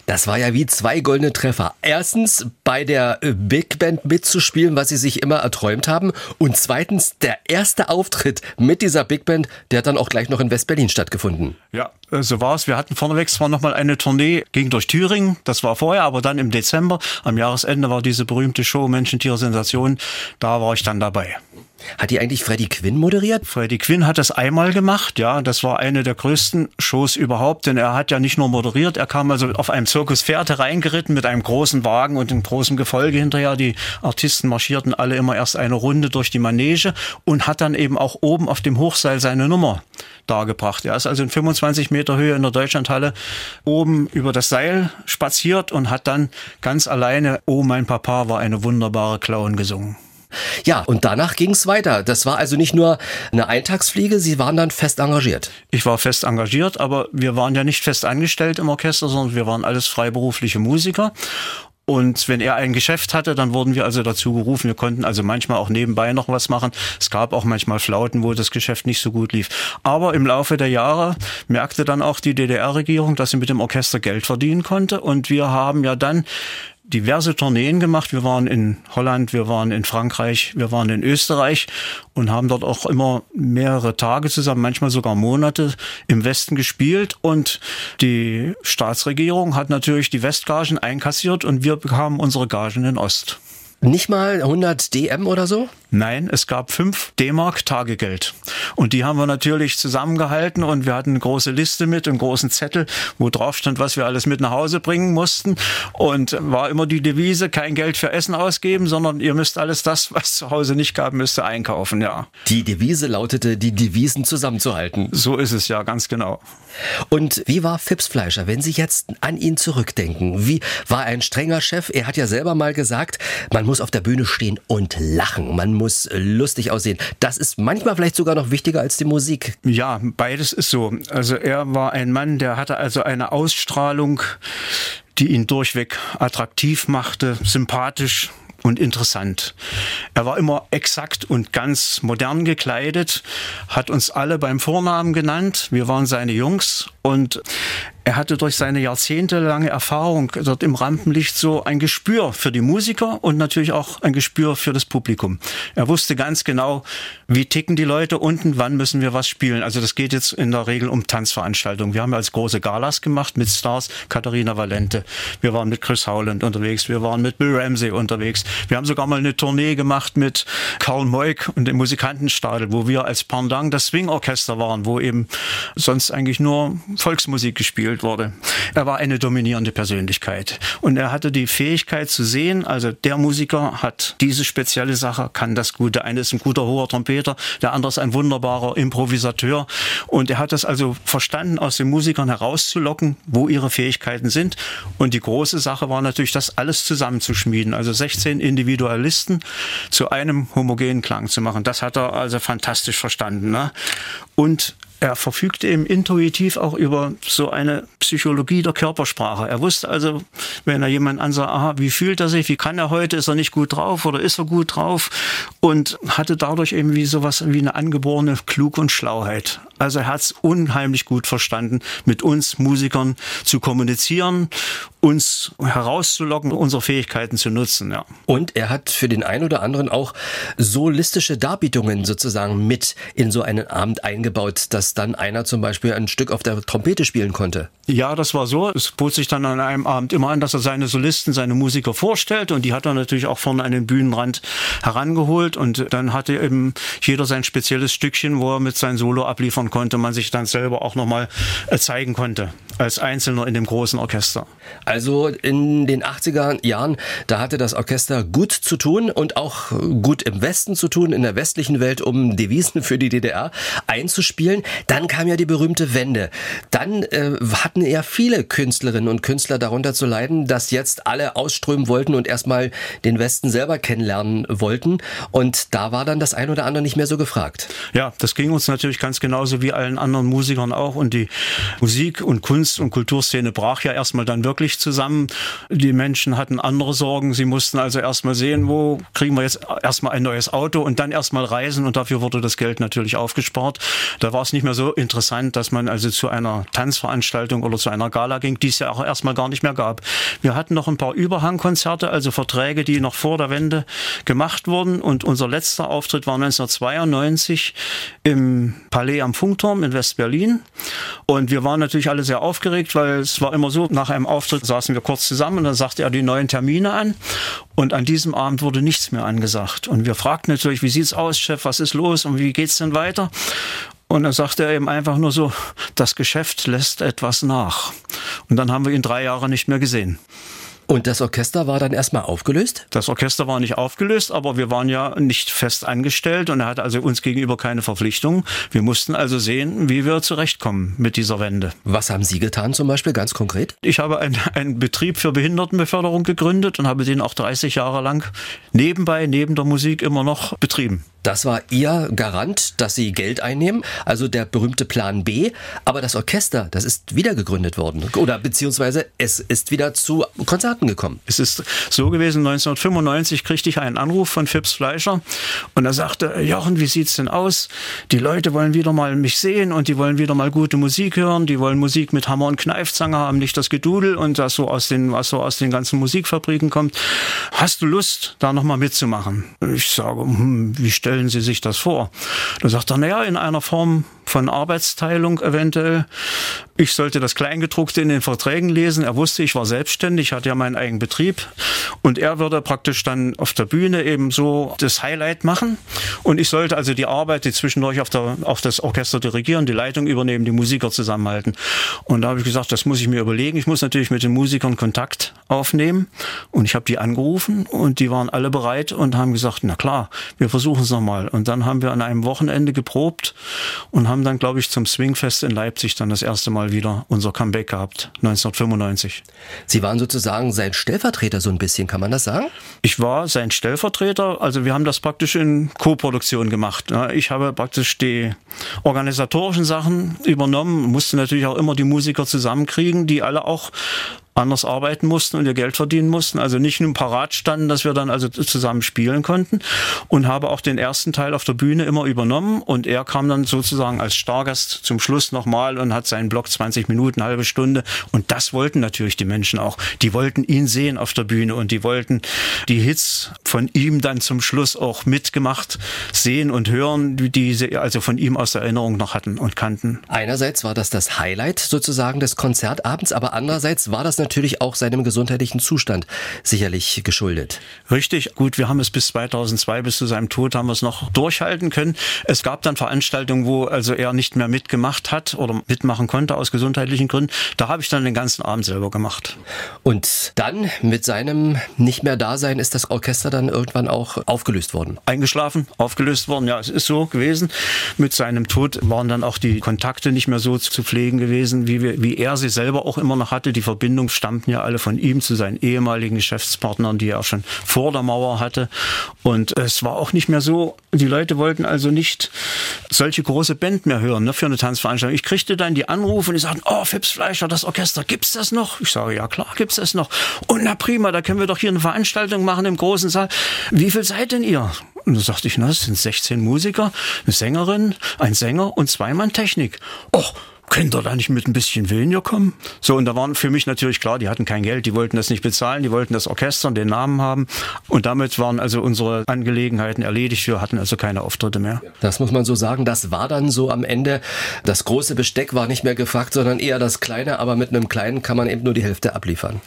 Das war ja wie zwei goldene Treffer. Erstens bei der Big Band mitzuspielen, was sie sich immer erträumt haben. Und zweitens der erste Auftritt mit dieser Big Band, der hat dann auch gleich noch in West-Berlin stattgefunden. Ja, so war es. Wir hatten vorneweg zwar noch mal eine Tournee, ging durch Thüringen, das war vorher, aber dann im Dezember, am Jahresende war diese berühmte Show Menschen, Tiere, Sensation, da war ich dann dabei. Hat die eigentlich Freddie Quinn moderiert? Freddie Quinn hat das einmal gemacht, ja. Das war eine der größten Shows überhaupt, denn er hat ja nicht nur moderiert, er kam also auf einem Zirkuspferd hereingeritten mit einem großen Wagen und einem großen Gefolge hinterher. Die Artisten marschierten alle immer erst eine Runde durch die Manege und hat dann eben auch oben auf dem Hochseil seine Nummer dargebracht. Er ist also in fünfundzwanzig Meter Höhe in der Deutschlandhalle oben über das Seil spaziert und hat dann ganz alleine "Oh, mein Papa war eine wunderbare Clown" gesungen. Ja, und danach ging es weiter. Das war also nicht nur eine Eintagsfliege, Sie waren dann fest engagiert. Ich war fest engagiert, aber wir waren ja nicht fest angestellt im Orchester, sondern wir waren alles freiberufliche Musiker. Und wenn er ein Geschäft hatte, dann wurden wir also dazu gerufen. Wir konnten also manchmal auch nebenbei noch was machen. Es gab auch manchmal Flauten, wo das Geschäft nicht so gut lief. Aber im Laufe der Jahre merkte dann auch die D D R-Regierung, dass sie mit dem Orchester Geld verdienen konnte. Und wir haben ja dann diverse Tourneen gemacht. Wir waren in Holland, wir waren in Frankreich, wir waren in Österreich und haben dort auch immer mehrere Tage zusammen, manchmal sogar Monate im Westen gespielt. Und die Staatsregierung hat natürlich die Westgagen einkassiert und wir bekamen unsere Gagen in Ost. Nicht mal hundert D M oder so? Nein, es gab fünf D-Mark Tagegeld. Und die haben wir natürlich zusammengehalten und wir hatten eine große Liste mit, einen großen Zettel, wo drauf stand, was wir alles mit nach Hause bringen mussten. Und war immer die Devise, kein Geld für Essen ausgeben, sondern ihr müsst alles das, was zu Hause nicht gab, müsst ihr einkaufen, ja. Die Devise lautete, die Devisen zusammenzuhalten. So ist es ja, ganz genau. Und wie war Fips Fleischer, wenn Sie jetzt an ihn zurückdenken? Wie war er ein strenger Chef? Er hat ja selber mal gesagt, man muss auf der Bühne stehen und lachen. Man muss lustig aussehen. Das ist manchmal vielleicht sogar noch wichtiger als die Musik. Ja, beides ist so. Also er war ein Mann, der hatte also eine Ausstrahlung, die ihn durchweg attraktiv machte, sympathisch und interessant. Er war immer exakt und ganz modern gekleidet, hat uns alle beim Vornamen genannt. Wir waren seine Jungs und er hatte durch seine jahrzehntelange Erfahrung dort im Rampenlicht so ein Gespür für die Musiker und natürlich auch ein Gespür für das Publikum. Er wusste ganz genau, wie ticken die Leute unten, wann müssen wir was spielen. Also das geht jetzt in der Regel um Tanzveranstaltungen. Wir haben als große Galas gemacht mit Stars, Katharina Valente. Wir waren mit Chris Howland unterwegs, wir waren mit Bill Ramsey unterwegs. Wir haben sogar mal eine Tournee gemacht mit Karl Moik und dem Musikantenstadel, wo wir als Pendant das Swing-Orchester waren, wo eben sonst eigentlich nur Volksmusik gespielt wurde. Er war eine dominierende Persönlichkeit und er hatte die Fähigkeit zu sehen, also der Musiker hat diese spezielle Sache, kann das gut. Der eine ist ein guter hoher Trompeter, der andere ist ein wunderbarer Improvisateur und er hat das also verstanden, aus den Musikern herauszulocken, wo ihre Fähigkeiten sind. Und die große Sache war natürlich, das alles zusammenzuschmieden, also sechzehn Individualisten zu einem homogenen Klang zu machen. Das hat er also fantastisch verstanden, ne? Und er verfügte eben intuitiv auch über so eine Psychologie der Körpersprache. Er wusste also, wenn er jemanden ansah, aha, wie fühlt er sich, wie kann er heute, ist er nicht gut drauf oder ist er gut drauf? Und hatte dadurch eben wie sowas wie eine angeborene Klug und Schlauheit. Also er hat es unheimlich gut verstanden, mit uns Musikern zu kommunizieren, uns herauszulocken, unsere Fähigkeiten zu nutzen. Ja. Und er hat für den einen oder anderen auch solistische Darbietungen sozusagen mit in so einen Abend eingebaut, dass dann einer zum Beispiel ein Stück auf der Trompete spielen konnte. Ja, das war so. Es bot sich dann an einem Abend immer an, dass er seine Solisten, seine Musiker vorstellt und die hat er natürlich auch vorne an den Bühnenrand herangeholt und dann hatte eben jeder sein spezielles Stückchen, wo er mit seinem Solo abliefern konnte, man sich dann selber auch nochmal zeigen konnte, als Einzelner in dem großen Orchester. Also in den achtziger Jahren, da hatte das Orchester gut zu tun und auch gut im Westen zu tun, in der westlichen Welt, um Devisen für die D D R einzuspielen. Dann kam ja die berühmte Wende. Dann äh, hatten eher viele Künstlerinnen und Künstler darunter zu leiden, dass jetzt alle ausströmen wollten und erstmal den Westen selber kennenlernen wollten. Und da war dann das ein oder andere nicht mehr so gefragt. Ja, das ging uns natürlich ganz genauso wie allen anderen Musikern auch. Und die Musik- und Kunst Kunst- und Kulturszene brach ja erstmal dann wirklich zusammen. Die Menschen hatten andere Sorgen. Sie mussten also erstmal sehen, wo kriegen wir jetzt erstmal ein neues Auto und dann erstmal reisen, und dafür wurde das Geld natürlich aufgespart. Da war es nicht mehr so interessant, dass man also zu einer Tanzveranstaltung oder zu einer Gala ging, die es ja auch erstmal gar nicht mehr gab. Wir hatten noch ein paar Überhangkonzerte, also Verträge, die noch vor der Wende gemacht wurden, und unser letzter Auftritt war neunzehnhundertzweiundneunzig im Palais am Funkturm in West-Berlin, und wir waren natürlich alle sehr aufgeregt, weil es war immer so, nach einem Auftritt saßen wir kurz zusammen und dann sagte er die neuen Termine an, und an diesem Abend wurde nichts mehr angesagt, und wir fragten natürlich, wie sieht's aus, Chef, was ist los und wie geht's denn weiter? Und dann sagte er eben einfach nur so, das Geschäft lässt etwas nach. Und dann haben wir ihn drei Jahre nicht mehr gesehen. Und das Orchester war dann erstmal aufgelöst? Das Orchester war nicht aufgelöst, aber wir waren ja nicht fest angestellt, und er hatte also uns gegenüber keine Verpflichtung. Wir mussten also sehen, wie wir zurechtkommen mit dieser Wende. Was haben Sie getan zum Beispiel, ganz konkret? Ich habe einen, einen Betrieb für Behindertenbeförderung gegründet und habe den auch dreißig Jahre lang nebenbei, neben der Musik immer noch betrieben. Das war Ihr Garant, dass Sie Geld einnehmen, also der berühmte Plan B. Aber das Orchester, das ist wieder gegründet worden. Oder beziehungsweise es ist wieder zu Konzerten gekommen. Es ist so gewesen, neunzehnhundertfünfundneunzig kriegte ich einen Anruf von Phipps Fleischer, und er sagte, Jochen, wie sieht's denn aus? Die Leute wollen wieder mal mich sehen und die wollen wieder mal gute Musik hören. Die wollen Musik mit Hammer und Kneifzange haben, nicht das Gedudel und das so aus den, was so aus den ganzen Musikfabriken kommt. Hast du Lust, da nochmal mitzumachen? Ich sage, hm, wie stellen Sie sich das vor? Da sagt er, naja, in einer Form von Arbeitsteilung eventuell. Ich sollte das Kleingedruckte in den Verträgen lesen. Er wusste, ich war selbstständig, hatte ja meinen eigenen Betrieb, und er würde praktisch dann auf der Bühne eben so das Highlight machen, und ich sollte also die Arbeit, die zwischendurch auf, der, auf das Orchester dirigieren, die Leitung übernehmen, die Musiker zusammenhalten. Und da habe ich gesagt, das muss ich mir überlegen. Ich muss natürlich mit den Musikern Kontakt aufnehmen, und ich habe die angerufen, und die waren alle bereit und haben gesagt, na klar, wir versuchen es nochmal. Und dann haben wir an einem Wochenende geprobt und haben dann, glaube ich, zum Swingfest in Leipzig dann das erste Mal wieder unser Comeback gehabt, neunzehnhundertfünfundneunzig. Sie waren sozusagen sein Stellvertreter so ein bisschen, kann man das sagen? Ich war sein Stellvertreter, also wir haben das praktisch in Co-Produktion gemacht. Ich habe praktisch die organisatorischen Sachen übernommen, musste natürlich auch immer die Musiker zusammenkriegen, die alle auch anders arbeiten mussten und ihr Geld verdienen mussten, also nicht nur parat standen, dass wir dann also zusammen spielen konnten, und habe auch den ersten Teil auf der Bühne immer übernommen, und er kam dann sozusagen als Stargast zum Schluss nochmal und hat seinen Block zwanzig Minuten, halbe Stunde, und das wollten natürlich die Menschen auch. Die wollten ihn sehen auf der Bühne, und die wollten die Hits von ihm dann zum Schluss auch mitgemacht sehen und hören, die sie also von ihm aus der Erinnerung noch hatten und kannten. Einerseits war das das Highlight sozusagen des Konzertabends, aber andererseits war das natürlich auch seinem gesundheitlichen Zustand sicherlich geschuldet. Richtig, gut, wir haben es bis zweitausendzwei, bis zu seinem Tod, haben wir es noch durchhalten können. Es gab dann Veranstaltungen, wo also er nicht mehr mitgemacht hat oder mitmachen konnte aus gesundheitlichen Gründen. Da habe ich dann den ganzen Abend selber gemacht. Und dann mit seinem nicht mehr Dasein ist das Orchester dann irgendwann auch aufgelöst worden? Eingeschlafen, aufgelöst worden, ja, es ist so gewesen. Mit seinem Tod waren dann auch die Kontakte nicht mehr so zu pflegen gewesen, wie, wir, wie er sie selber auch immer noch hatte. Die Verbindung stammten ja alle von ihm zu seinen ehemaligen Geschäftspartnern, die er schon vor der Mauer hatte. Und es war auch nicht mehr so, die Leute wollten also nicht solche große Band mehr hören, ne, für eine Tanzveranstaltung. Ich kriegte dann die Anrufe, und die sagten, oh, Phipps Fleischer, das Orchester, gibt's das noch? Ich sage, ja klar, gibt's das noch. Und na prima, da können wir doch hier eine Veranstaltung machen im großen Saal. Wie viel seid denn ihr? Und da sagte ich, na, das sind sechzehn Musiker, eine Sängerin, ein Sänger und zwei Mann Technik. Och, könnt ihr da nicht mit ein bisschen weniger kommen? So, und da waren für mich natürlich klar, die hatten kein Geld, die wollten das nicht bezahlen, die wollten das Orchester und den Namen haben. Und damit waren also unsere Angelegenheiten erledigt. Wir hatten also keine Auftritte mehr. Das muss man so sagen, das war dann so am Ende. Das große Besteck war nicht mehr gefragt, sondern eher das kleine, aber mit einem kleinen kann man eben nur die Hälfte abliefern.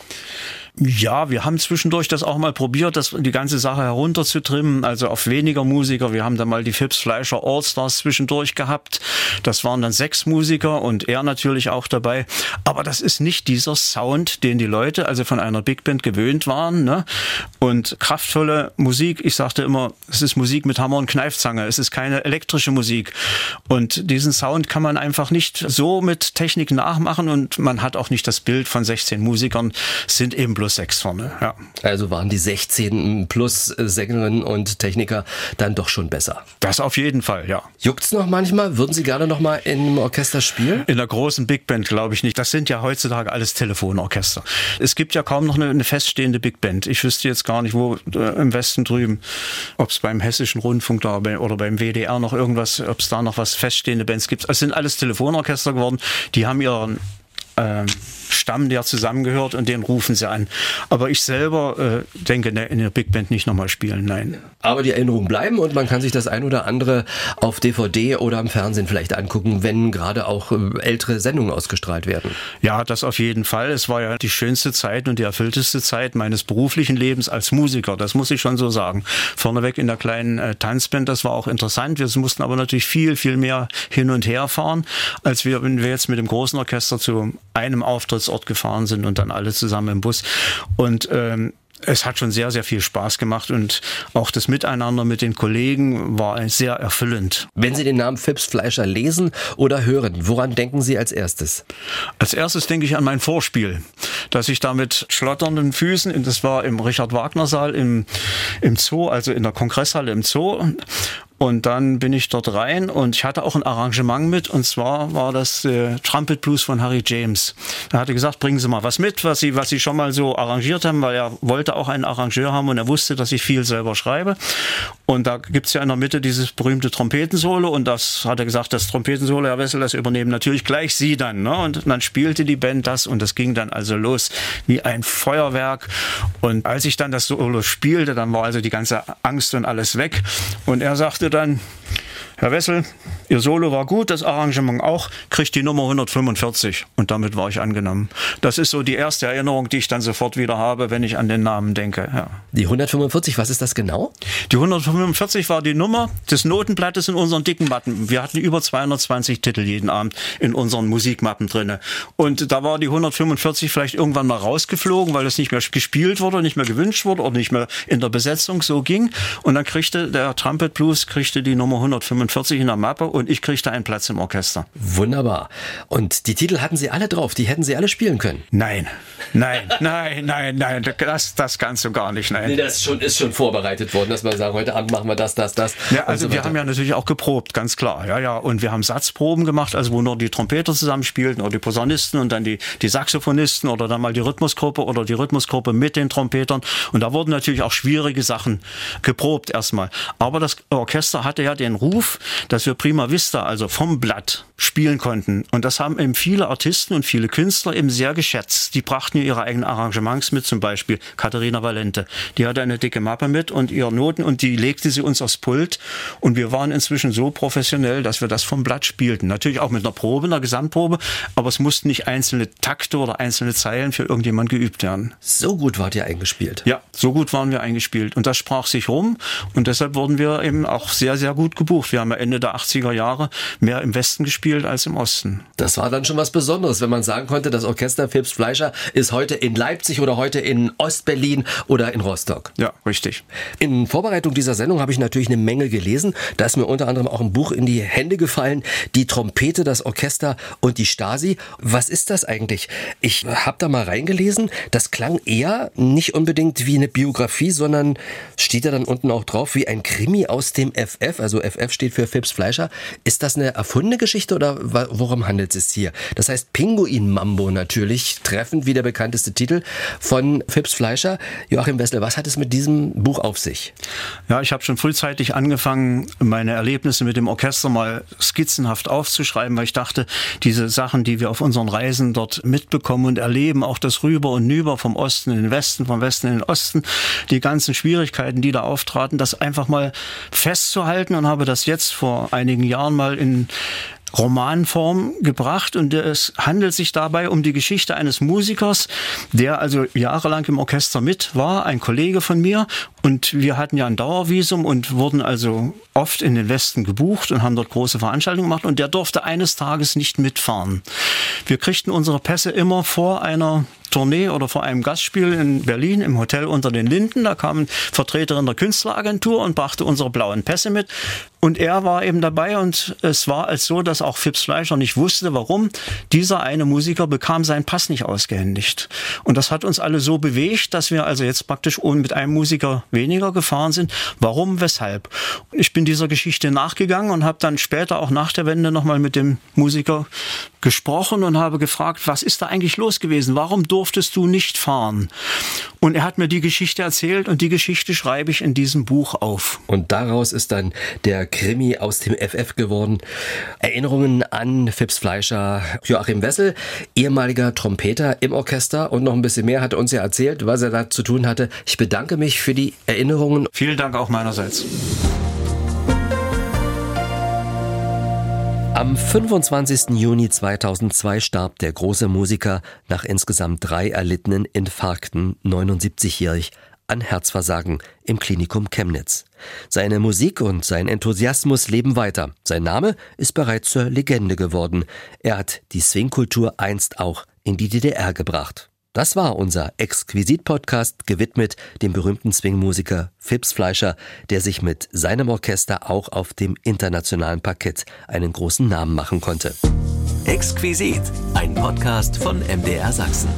Ja, wir haben zwischendurch das auch mal probiert, das, die ganze Sache herunterzutrimmen, also auf weniger Musiker. Wir haben dann mal die Phipps Fleischer All-Stars zwischendurch gehabt. Das waren dann sechs Musiker und er natürlich auch dabei. Aber das ist nicht dieser Sound, den die Leute also von einer Big Band gewöhnt waren, ne? Und kraftvolle Musik, ich sagte immer, es ist Musik mit Hammer und Kneifzange, es ist keine elektrische Musik. Und diesen Sound kann man einfach nicht so mit Technik nachmachen, und man hat auch nicht das Bild von sechzehn Musikern, es sind eben bloß plus sechs vorne. Ja. Also waren die sechzehn plus Sängerinnen und Techniker dann doch schon besser. Das auf jeden Fall, ja. Juckt's noch manchmal? Würden Sie gerne noch mal im Orchester spielen? In der großen Big Band glaube ich nicht. Das sind ja heutzutage alles Telefonorchester. Es gibt ja kaum noch eine, eine feststehende Big Band. Ich wüsste jetzt gar nicht, wo äh, im Westen drüben, ob es beim Hessischen Rundfunk da oder beim W D R noch irgendwas, ob es da noch was feststehende Bands gibt. Es sind alles Telefonorchester geworden. Die haben ihren äh, Stamm, der zusammengehört, und den rufen sie an. Aber ich selber äh, denke, ne, in der Big Band nicht nochmal spielen, nein. Aber die Erinnerungen bleiben und man kann sich das ein oder andere auf D V D oder im Fernsehen vielleicht angucken, wenn gerade auch äh, ältere Sendungen ausgestrahlt werden. Ja, das auf jeden Fall. Es war ja die schönste Zeit und die erfüllteste Zeit meines beruflichen Lebens als Musiker. Das muss ich schon so sagen. Vorneweg in der kleinen äh, Tanzband, das war auch interessant. Wir mussten aber natürlich viel, viel mehr hin und her fahren, als wir, wenn wir jetzt mit dem großen Orchester zu einem Auftrittsort gefahren sind und dann alle zusammen im Bus. Und ähm, es hat schon sehr, sehr viel Spaß gemacht und auch das Miteinander mit den Kollegen war sehr erfüllend. Wenn Sie den Namen Phipps Fleischer lesen oder hören, woran denken Sie als erstes? Als erstes denke ich an mein Vorspiel, dass ich da mit schlotternden Füßen, das war im Richard-Wagner-Saal im, im Zoo, also in der Kongresshalle im Zoo. Und dann bin ich dort rein und ich hatte auch ein Arrangement mit, und zwar war das äh, Trumpet Blues von Harry James. Er hatte gesagt, bringen Sie mal was mit, was Sie, was Sie schon mal so arrangiert haben, weil er wollte auch einen Arrangeur haben und er wusste, dass ich viel selber schreibe. Und da gibt's ja in der Mitte dieses berühmte Trompetensolo, und das hat er gesagt, das Trompetensolo, Herr Wessel, das übernehmen natürlich gleich Sie dann. Ne? Und dann spielte die Band das und das ging dann also los wie ein Feuerwerk. Und als ich dann das Solo spielte, dann war also die ganze Angst und alles weg. Und er sagte dann, Herr Wessel, Ihr Solo war gut, das Arrangement auch, kriegt die Nummer hundertfünfundvierzig. Und damit war ich angenommen. Das ist so die erste Erinnerung, die ich dann sofort wieder habe, wenn ich an den Namen denke. Ja. Die hundertfünfundvierzig, was ist das genau? Die hundertfünfundvierzig war die Nummer des Notenblattes in unseren dicken Mappen. Wir hatten über zweihundertzwanzig Titel jeden Abend in unseren Musikmappen drinne. Und da war die hundertfünfundvierzig vielleicht irgendwann mal rausgeflogen, weil es nicht mehr gespielt wurde, nicht mehr gewünscht wurde oder nicht mehr in der Besetzung so ging. Und dann kriegte der Trumpet Blues kriegte die Nummer hundertfünfundvierzig in der Mappe und ich kriegte einen Platz im Orchester. Wunderbar. Und die Titel hatten Sie alle drauf? Die hätten Sie alle spielen können? Nein, nein, nein, nein, nein, das, das kannst du gar nicht, nein. Nee, das schon, ist schon vorbereitet worden, dass man sagt, heute Abend machen wir das, das, das. Ja, also so wir haben ja natürlich auch geprobt, ganz klar. Ja, ja, und wir haben Satzproben gemacht, also wo nur die Trompeter zusammenspielten oder die Posaunisten und dann die, die Saxophonisten oder dann mal die Rhythmusgruppe oder die Rhythmusgruppe mit den Trompetern. Und da wurden natürlich auch schwierige Sachen geprobt erstmal. Aber das Orchester hatte ja den Ruf, dass wir prima vista, also vom Blatt, spielen konnten. Und das haben eben viele Artisten und viele Künstler eben sehr geschätzt. Die brachten ihre eigenen Arrangements mit, zum Beispiel Katharina Valente. Die hatte eine dicke Mappe mit und ihre Noten und die legte sie uns aufs Pult. Und wir waren inzwischen so professionell, dass wir das vom Blatt spielten. Natürlich auch mit einer Probe, einer Gesamtprobe, aber es mussten nicht einzelne Takte oder einzelne Zeilen für irgendjemand geübt werden. So gut wart ihr eingespielt? Ja, so gut waren wir eingespielt. Und das sprach sich rum und deshalb wurden wir eben auch sehr, sehr gut gebucht. Wir haben ja Ende der achtziger Jahre mehr im Westen gespielt als im Osten. Das war dann schon was Besonderes, wenn man sagen konnte, das Orchester Phipps Fleischer ist heute in Leipzig oder heute in Ostberlin oder in Rostock. Ja, richtig. In Vorbereitung dieser Sendung habe ich natürlich eine Menge gelesen. Da ist mir unter anderem auch ein Buch in die Hände gefallen, Die Trompete, das Orchester und die Stasi. Was ist das eigentlich? Ich habe da mal reingelesen. Das klang eher nicht unbedingt wie eine Biografie, sondern steht da dann unten auch drauf, wie ein Krimi aus dem F F. Also F F steht für Phipps Fleischer. Ist das eine erfundene Geschichte oder worum handelt es hier? Das heißt Pinguin Mambo natürlich, treffend wie der bekannteste Titel von Phipps Fleischer. Joachim Wessel, was hat es mit diesem Buch auf sich? Ja, ich habe schon frühzeitig angefangen, meine Erlebnisse mit dem Orchester mal skizzenhaft aufzuschreiben, weil ich dachte, diese Sachen, die wir auf unseren Reisen dort mitbekommen und erleben, auch das Rüber und Nüber vom Osten in den Westen, vom Westen in den Osten, die ganzen Schwierigkeiten, die da auftraten, das einfach mal festzuhalten, und habe das jetzt vor einigen Jahren mal in Romanform gebracht, und es handelt sich dabei um die Geschichte eines Musikers, der also jahrelang im Orchester mit war, ein Kollege von mir, und wir hatten ja ein Dauervisum und wurden also oft in den Westen gebucht und haben dort große Veranstaltungen gemacht, und der durfte eines Tages nicht mitfahren. Wir kriegten unsere Pässe immer vor einer Tournee oder vor einem Gastspiel in Berlin im Hotel Unter den Linden. Da kam ein Vertreterin der Künstleragentur und brachte unsere blauen Pässe mit. Und er war eben dabei und es war als so, dass auch Phipps Fleischer nicht wusste, warum dieser eine Musiker bekam seinen Pass nicht ausgehändigt. Und das hat uns alle so bewegt, dass wir also jetzt praktisch mit einem Musiker weniger gefahren sind. Warum, weshalb? Ich bin dieser Geschichte nachgegangen und habe dann später auch nach der Wende nochmal mit dem Musiker gesprochen und habe gefragt, was ist da eigentlich los gewesen? Warum durftest du nicht fahren? Und er hat mir die Geschichte erzählt und die Geschichte schreibe ich in diesem Buch auf. Und daraus ist dann der Krimi aus dem F F geworden. Erinnerungen an Phipps Fleischer. Joachim Wessel, ehemaliger Trompeter im Orchester und noch ein bisschen mehr, hat uns ja erzählt, was er da zu tun hatte. Ich bedanke mich für die Erinnerungen. Vielen Dank auch meinerseits. Am fünfundzwanzigsten Juni zweitausendzwei starb der große Musiker nach insgesamt drei erlittenen Infarkten, neunundsiebzigjährig, an Herzversagen im Klinikum Chemnitz. Seine Musik und sein Enthusiasmus leben weiter. Sein Name ist bereits zur Legende geworden. Er hat die Swing-Kultur einst auch in die D D R gebracht. Das war unser Exquisit-Podcast, gewidmet dem berühmten Swing-Musiker Phipps Fleischer, der sich mit seinem Orchester auch auf dem internationalen Parkett einen großen Namen machen konnte. Exquisit, ein Podcast von M D R Sachsen.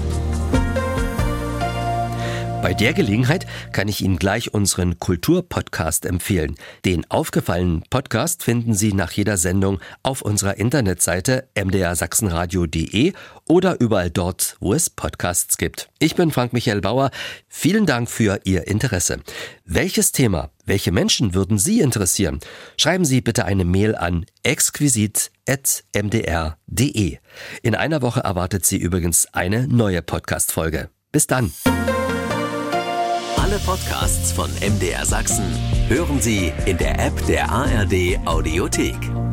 Bei der Gelegenheit kann ich Ihnen gleich unseren Kulturpodcast empfehlen. Den aufgefallenen Podcast finden Sie nach jeder Sendung auf unserer Internetseite m d r sachsenradio punkt d e oder überall dort, wo es Podcasts gibt. Ich bin Frank Michael Bauer. Vielen Dank für Ihr Interesse. Welches Thema, welche Menschen würden Sie interessieren? Schreiben Sie bitte eine Mail an exquisit at m d r punkt d e. In einer Woche erwartet Sie übrigens eine neue Podcast-Folge. Bis dann. Alle Podcasts von M D R Sachsen hören Sie in der App der A R D Audiothek.